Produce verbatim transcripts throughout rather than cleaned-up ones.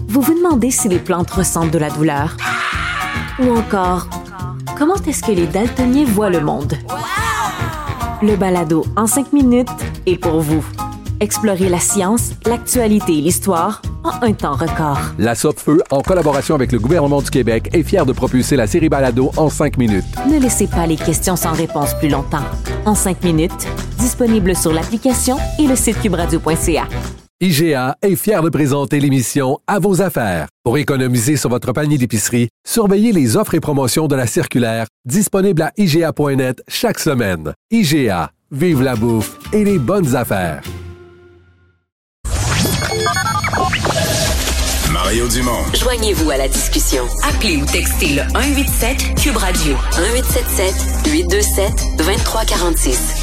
Vous vous demandez si les plantes ressentent de la douleur? Ou encore, comment est-ce que les daltoniens voient le monde? Le balado en cinq minutes est pour vous. Explorez la science, l'actualité et l'histoire en un temps record. La Sopfeu, en collaboration avec le gouvernement du Québec, est fière de propulser la série Balado en cinq minutes. Ne laissez pas les questions sans réponse plus longtemps. En cinq minutes, disponible sur l'application et le site cube radio point c a. I G A est fier de présenter l'émission À vos affaires. Pour économiser sur votre panier d'épicerie, surveillez les offres et promotions de la circulaire disponible à I G A point net chaque semaine. I G A, vive la bouffe et les bonnes affaires. Mario Dumont. Joignez-vous à la discussion. Appelez ou textez le un huit sept Cube Radio. un huit sept sept huit deux sept deux trois quatre six.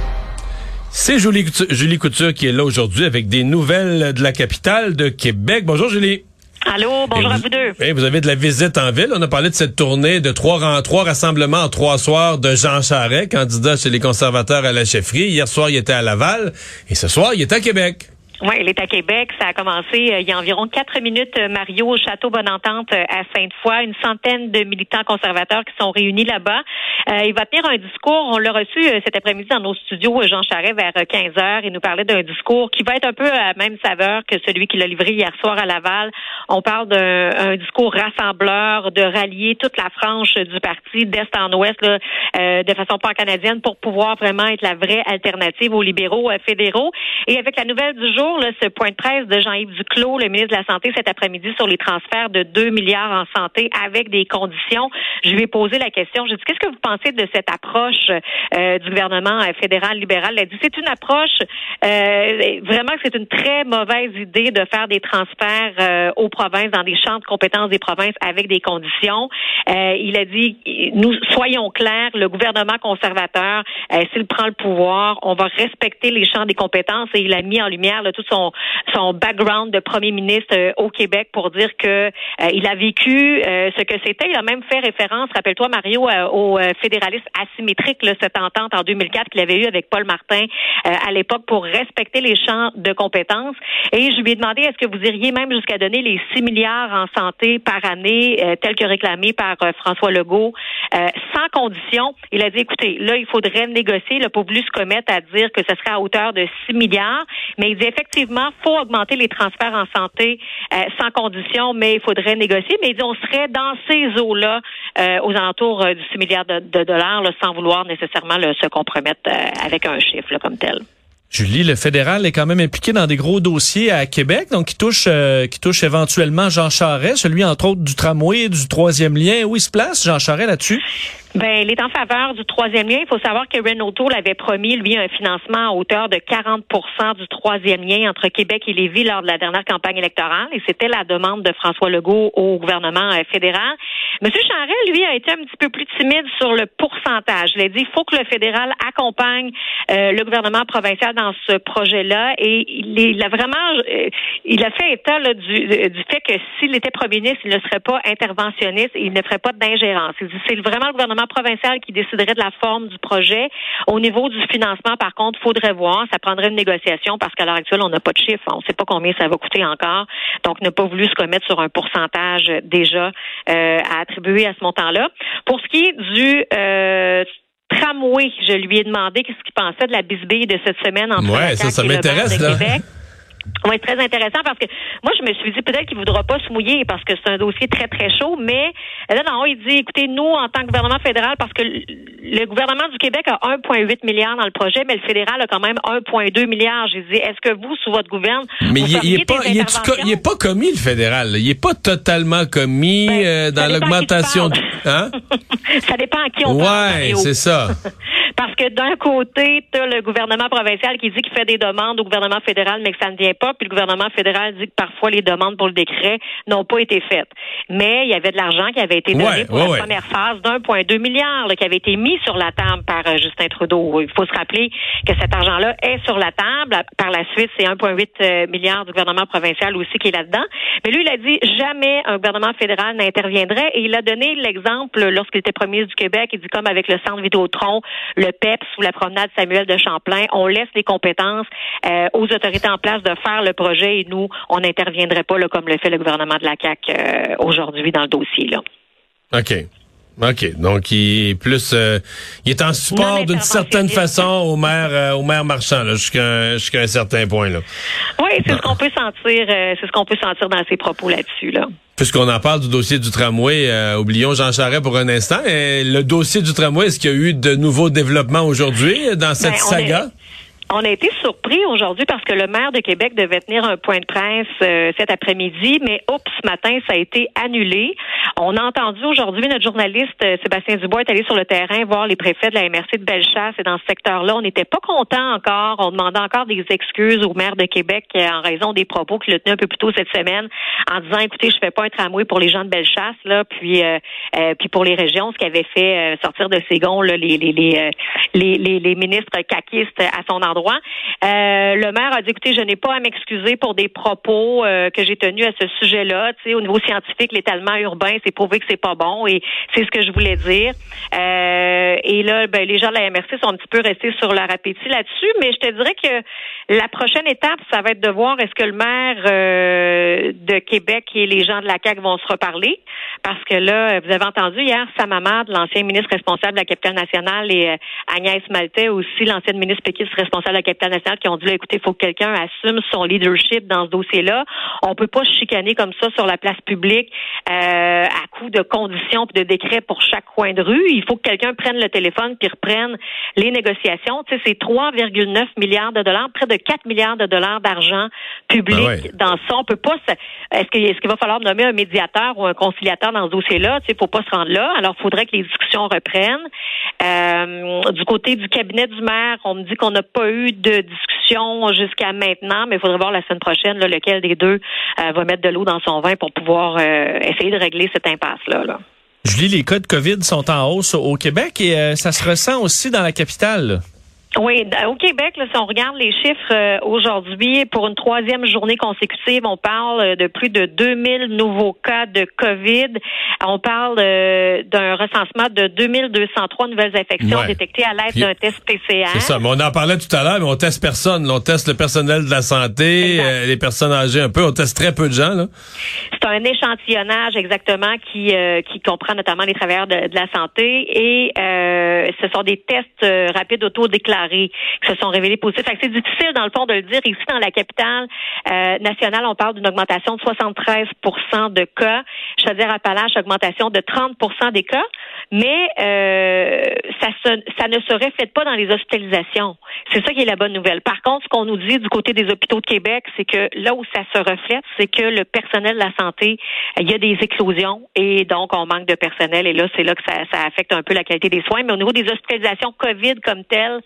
C'est Julie Couture, Julie Couture qui est là aujourd'hui avec des nouvelles de la capitale de Québec. Bonjour Julie. Allô, bonjour vous, à vous deux. Et vous avez de la visite en ville. On a parlé de cette tournée de trois, trois rassemblements en trois soirs de Jean Charest, candidat chez les conservateurs à la chefferie. Hier soir, il était à Laval et ce soir, il est à Québec. Oui, il est à Québec. Ça a commencé euh, il y a environ quatre minutes, euh, Mario, au Château Bonentente euh, à Sainte-Foy. Une centaine de militants conservateurs qui sont réunis là-bas. Euh, il va tenir un discours. On l'a reçu euh, cet après-midi dans nos studios, Jean Charest, vers quinze heures. Il nous parlait d'un discours qui va être un peu à la même saveur que celui qu'il a livré hier soir à Laval. On parle d'un un discours rassembleur, de rallier toute la frange du parti d'est en ouest, là, euh, de façon pan-canadienne, pour pouvoir vraiment être la vraie alternative aux libéraux euh, fédéraux. Et avec la nouvelle du jour, là, ce point de presse de Jean-Yves Duclos, le ministre de la Santé, cet après-midi, sur les transferts de deux milliards en santé avec des conditions. Je lui ai posé la question. J'ai dit, qu'est-ce que vous pensez de cette approche euh, du gouvernement euh, fédéral libéral? Elle a dit, c'est une approche, euh, vraiment que c'est une très mauvaise idée de faire des transferts euh, aux provinces, dans des champs de compétences des provinces avec des conditions. Euh, il a dit, nous soyons clairs, le gouvernement conservateur, euh, s'il prend le pouvoir, on va respecter les champs des compétences, et il a mis en lumière là, tout son son background de premier ministre euh, au Québec pour dire que euh, il a vécu euh, ce que c'était. Il a même fait référence, rappelle-toi Mario, euh, au euh, fédéralisme asymétrique, là, cette entente en deux mille quatre qu'il avait eu avec Paul Martin euh, à l'époque pour respecter les champs de compétences. Et je lui ai demandé, est-ce que vous iriez même jusqu'à donner les six milliards en santé par année, euh, tel que réclamé par euh, François Legault, euh, sans condition. Il a dit, écoutez, là, il faudrait négocier. Il n'a pas voulu se commettre à dire que ce serait à hauteur de six milliards, mais il dit effectivement, il faut augmenter les transferts en santé euh, sans condition, mais il faudrait négocier. Mais il dit, on serait dans ces eaux-là, euh, aux alentours euh, du six milliards de, de dollars, là, sans vouloir nécessairement là, se compromettre euh, avec un chiffre là, comme tel. Julie, le fédéral est quand même impliqué dans des gros dossiers à Québec, donc qui touche, euh, qui touche éventuellement Jean Charest, celui entre autres du tramway, du troisième lien. Où il se place, Jean Charest, là-dessus? Ben, il est en faveur du troisième lien. Il faut savoir que Renault Toll avait promis, lui, un financement à hauteur de quarante pour cent du troisième lien entre Québec et Lévis lors de la dernière campagne électorale. Et c'était la demande de François Legault au gouvernement euh, fédéral. Monsieur Charest, lui, a été un petit peu plus timide sur le pourcentage. Il a dit, il faut que le fédéral accompagne euh, le gouvernement provincial dans ce projet-là. Et il, il a vraiment, euh, il a fait état là, du, du fait que s'il était premier ministre, il ne serait pas interventionniste et il ne ferait pas d'ingérence. Il dit, c'est vraiment le gouvernement provincial qui déciderait de la forme du projet. Au niveau du financement, par contre, faudrait voir. Ça prendrait une négociation parce qu'à l'heure actuelle, on n'a pas de chiffre. On ne sait pas combien ça va coûter encore. Donc, n'a pas voulu se commettre sur un pourcentage déjà euh, à attribuer à ce montant-là. Pour ce qui est du euh, tramway, je lui ai demandé qu'est-ce qu'il pensait de la bisbille de cette semaine entre ouais, la ça, ça C A Q et m'intéresse, le maire de là. Québec. Oui, très intéressant parce que moi, je me suis dit peut-être qu'il ne voudra pas se mouiller parce que c'est un dossier très, très chaud, mais là, non, il dit, écoutez, nous, en tant que gouvernement fédéral, parce que le gouvernement du Québec a un virgule huit milliard dans le projet, mais le fédéral a quand même un virgule deux milliard. J'ai dit, est-ce que vous, sous votre gouvernement, mais vous il n'est pas, il est, est pas commis, le fédéral. Il n'est pas totalement commis ben, euh, dans l'augmentation. Du... Hein? Ça dépend à qui on ouais, parle. Ouais, c'est ça. Parce que d'un côté, tu as le gouvernement provincial qui dit qu'il fait des demandes au gouvernement fédéral, mais que ça ne vient pas. Puis le gouvernement fédéral dit que parfois les demandes pour le décret n'ont pas été faites. Mais il y avait de l'argent qui avait été donné ouais, pour ouais, la ouais. première phase d'un virgule deux milliard là, qui avait été mis sur la table par euh, Justin Trudeau. Il faut se rappeler que cet argent-là est sur la table. Par la suite, c'est un virgule huit milliard du gouvernement provincial aussi qui est là-dedans. Mais lui, il a dit jamais un gouvernement fédéral n'interviendrait. Et il a donné l'exemple lorsqu'il était premier ministre du Québec. Il dit comme avec le centre Vidéotron, le P P E P S ou la promenade Samuel de Champlain. On laisse les compétences euh, aux autorités en place de faire le projet et nous, on n'interviendrait pas là, comme le fait le gouvernement de la C A Q euh, aujourd'hui dans le dossier. Là. OK. OK. Donc, il est plus, euh, il est en support d'une certaine façon au maire, euh, au maire Marchand, là, jusqu'à, jusqu'à un certain point, là. Oui, c'est ce qu'on peut sentir, euh, c'est ce qu'on peut sentir dans ses propos là-dessus, là. Puisqu'on en parle du dossier du tramway, euh, oublions Jean Charest pour un instant. Et le dossier du tramway, est-ce qu'il y a eu de nouveaux développements aujourd'hui dans cette ben, saga? Est... On a été surpris aujourd'hui parce que le maire de Québec devait tenir un point de presse euh, cet après-midi, mais oups, ce matin, ça a été annulé. On a entendu aujourd'hui notre journaliste euh, Sébastien Dubois est allé sur le terrain voir les préfets de la M R C de Bellechasse et dans ce secteur-là, on n'était pas content encore. On demandait encore des excuses au maire de Québec euh, en raison des propos qu'il a tenus un peu plus tôt cette semaine en disant, écoutez, je fais pas un tramway pour les gens de Bellechasse, là, puis euh, euh, puis pour les régions, ce qui avait fait euh, sortir de ses gonds là, les, les, les, euh, les, les, les ministres caquistes à son endroit. Euh, le maire a dit, écoutez, je n'ai pas à m'excuser pour des propos euh, que j'ai tenus à ce sujet-là. Tu sais, au niveau scientifique, l'étalement urbain, c'est prouvé que c'est pas bon et c'est ce que je voulais dire. Euh, et là, ben, les gens de la M R C sont un petit peu restés sur leur appétit là-dessus, mais je te dirais que la prochaine étape, ça va être de voir est-ce que le maire euh, de Québec et les gens de la C A Q vont se reparler. Parce que là, vous avez entendu hier Sam Hamad, l'ancien ministre responsable de la capitale nationale, et euh, Agnès Maltais, aussi l'ancienne ministre péquiste responsable de la capitale nationale, qui ont dit, là, écoutez, il faut que quelqu'un assume son leadership dans ce dossier-là. On peut pas se chicaner comme ça sur la place publique euh, à coup de conditions et de décrets pour chaque coin de rue. Il faut que quelqu'un prenne le téléphone puis reprenne les négociations. Tu sais, c'est trois virgule neuf milliards de dollars, près de quatre milliards de dollars d'argent public ben ouais. dans ça. On peut pas se... Est-ce qu'il, est-ce qu'il va falloir nommer un médiateur ou un conciliateur dans ce dossier-là? Tu sais, faut pas se rendre là. Alors, il faudrait que les discussions reprennent. Euh, du côté du cabinet du maire, on me dit qu'on n'a pas eu de discussion jusqu'à maintenant, mais il faudrait voir la semaine prochaine là, lequel des deux euh, va mettre de l'eau dans son vin pour pouvoir euh, essayer de régler cette impasse-là. Là. Julie, les cas de COVID sont en hausse au Québec et euh, ça se ressent aussi dans la capitale. Là. Oui, au Québec, là, si on regarde les chiffres euh, aujourd'hui, pour une troisième journée consécutive, on parle de plus de deux mille nouveaux cas de COVID. On parle euh, d'un recensement de deux mille deux cent trois nouvelles infections ouais. détectées à l'aide Puis, d'un test P C R. C'est ça, mais on en parlait tout à l'heure, mais on teste personne. Là. On teste le personnel de la santé, euh, les personnes âgées un peu. On teste très peu de gens. Là. C'est un échantillonnage exactement qui euh, qui comprend notamment les travailleurs de, de la santé et euh, ce sont des tests euh, rapides auto-déclarés qui se sont révélés positifs. Fait que c'est difficile, dans le fond, de le dire. Ici, dans la capitale euh, nationale, on parle d'une augmentation de soixante-treize pour cent de cas. Chaudière-Appalaches, augmentation de trente pour cent des cas. Mais euh, ça, se, ça ne se reflète pas dans les hospitalisations. C'est ça qui est la bonne nouvelle. Par contre, ce qu'on nous dit du côté des hôpitaux de Québec, c'est que là où ça se reflète, c'est que le personnel de la santé, il y a des éclosions et donc on manque de personnel. Et là, c'est là que ça, ça affecte un peu la qualité des soins. Mais au niveau des hospitalisations COVID comme telles,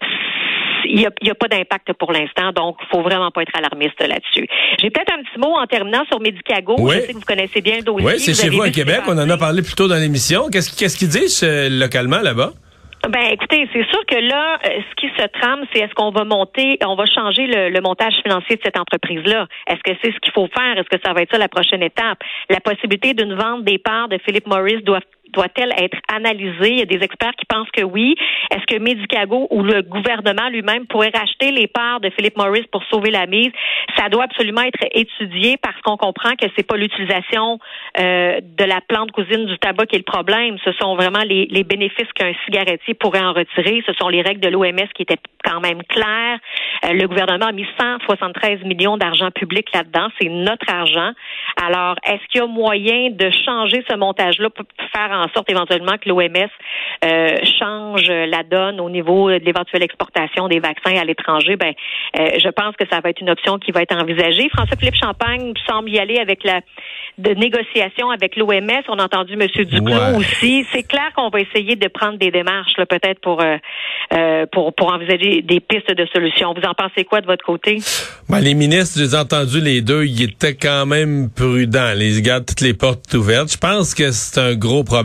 il n'y a, a pas d'impact pour l'instant, donc il faut vraiment pas être alarmiste là-dessus. J'ai peut-être un petit mot en terminant sur Medicago. Oui. Je sais que vous connaissez bien le dossier. Oui, c'est chez vous à Québec. On en a parlé plus tôt dans l'émission. Qu'est-ce, qu'est-ce qu'ils disent euh, localement là-bas? Ben, écoutez, c'est sûr que là, ce qui se trame, c'est est-ce qu'on va monter, on va changer le, le montage financier de cette entreprise-là. Est-ce que c'est ce qu'il faut faire? Est-ce que ça va être ça la prochaine étape? La possibilité d'une vente des parts de Philip Morris doit doit-elle être analysée? Il y a des experts qui pensent que oui. Est-ce que Medicago ou le gouvernement lui-même pourrait racheter les parts de Philip Morris pour sauver la mise? Ça doit absolument être étudié parce qu'on comprend que c'est pas l'utilisation euh, de la plante cousine du tabac qui est le problème. Ce sont vraiment les, les bénéfices qu'un cigarettier pourrait en retirer. Ce sont les règles de l'O M S qui étaient quand même claires. Euh, le gouvernement a mis cent soixante-treize millions d'argent public là-dedans. C'est notre argent. Alors, est-ce qu'il y a moyen de changer ce montage-là pour faire en sorte éventuellement que l'O M S euh, change la donne au niveau de l'éventuelle exportation des vaccins à l'étranger? Ben, euh, je pense que ça va être une option qui va être envisagée. François-Philippe Champagne semble y aller avec la de négociation avec l'O M S. On a entendu M. Duclos ouais. aussi. C'est clair qu'on va essayer de prendre des démarches, là, peut-être pour, euh, euh, pour pour envisager des pistes de solutions. Vous en pensez quoi de votre côté? Ben, les ministres, j'ai entendu les deux, ils étaient quand même prudents. Ils gardent toutes les portes ouvertes. Je pense que c'est un gros problème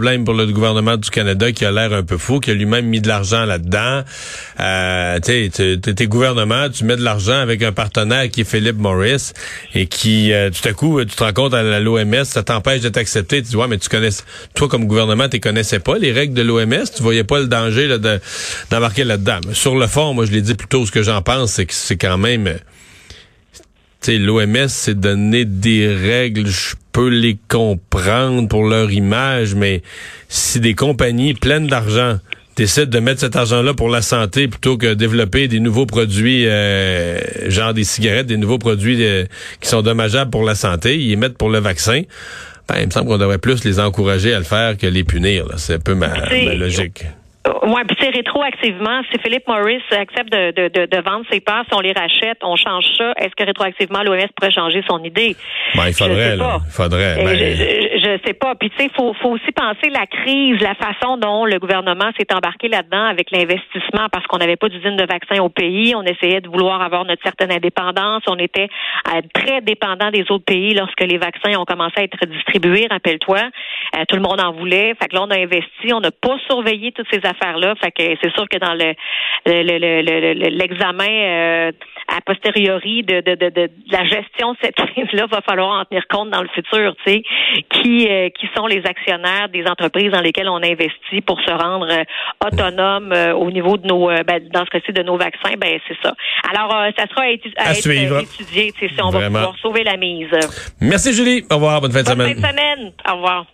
problème pour le gouvernement du Canada qui a l'air un peu fou, qui a lui-même mis de l'argent là-dedans. Euh, tu sais, t'es gouvernement, tu mets de l'argent avec un partenaire qui est Philip Morris et qui, euh, tout à coup, tu te rends compte à l'O M S, ça t'empêche de t'accepter. Tu dis, ouais, mais tu connais, toi comme gouvernement, tu connaissais pas les règles de l'O M S, tu voyais pas le danger là, de, d'embarquer là-dedans. Mais sur le fond, moi, je l'ai dit plus tôt, ce que j'en pense, c'est que c'est quand même... Tu sais, l'O M S s'est donné des règles, je peux les comprendre pour leur image, mais si des compagnies pleines d'argent décident de mettre cet argent-là pour la santé plutôt que développer des nouveaux produits, euh, genre des cigarettes, des nouveaux produits euh, qui sont dommageables pour la santé, ils les mettent pour le vaccin, ben, il me semble qu'on devrait plus les encourager à le faire que les punir. Là. C'est un peu ma, ma logique. Oui, puis c'est rétroactivement, si Philip Morris accepte de, de, de, de vendre ses parts, si on les rachète, on change ça, est-ce que rétroactivement l'O M S pourrait changer son idée? Ben, il faudrait, là. Il faudrait. Ben... Je, je, je sais pas. Puis tu sais, faut, faut aussi penser la crise, la façon dont le gouvernement s'est embarqué là-dedans avec l'investissement, parce qu'on n'avait pas d'usine de vaccins au pays, on essayait de vouloir avoir notre certaine indépendance, on était euh, très dépendant des autres pays lorsque les vaccins ont commencé à être distribués, rappelle-toi. Euh, tout le monde en voulait. Fait que là, on a investi, on n'a pas surveillé toutes ces affaires-là. Fait que c'est sûr que dans le, le, le, le, le l'examen euh, a posteriori de, de, de, de la gestion de cette crise-là, va falloir en tenir compte dans le futur, tu sais, qui, euh, qui sont les actionnaires des entreprises dans lesquelles on investit pour se rendre euh, autonome euh, au niveau de nos, euh, ben, dans ce cas-ci, de nos vaccins, ben c'est ça. Alors, euh, ça sera à, étu- à, à être euh, étudié, tu sais, si on Vraiment. va pouvoir sauver la mise. Merci Julie. Au revoir. Bonne fin de Bonne semaine. Bonne fin de semaine. Au revoir.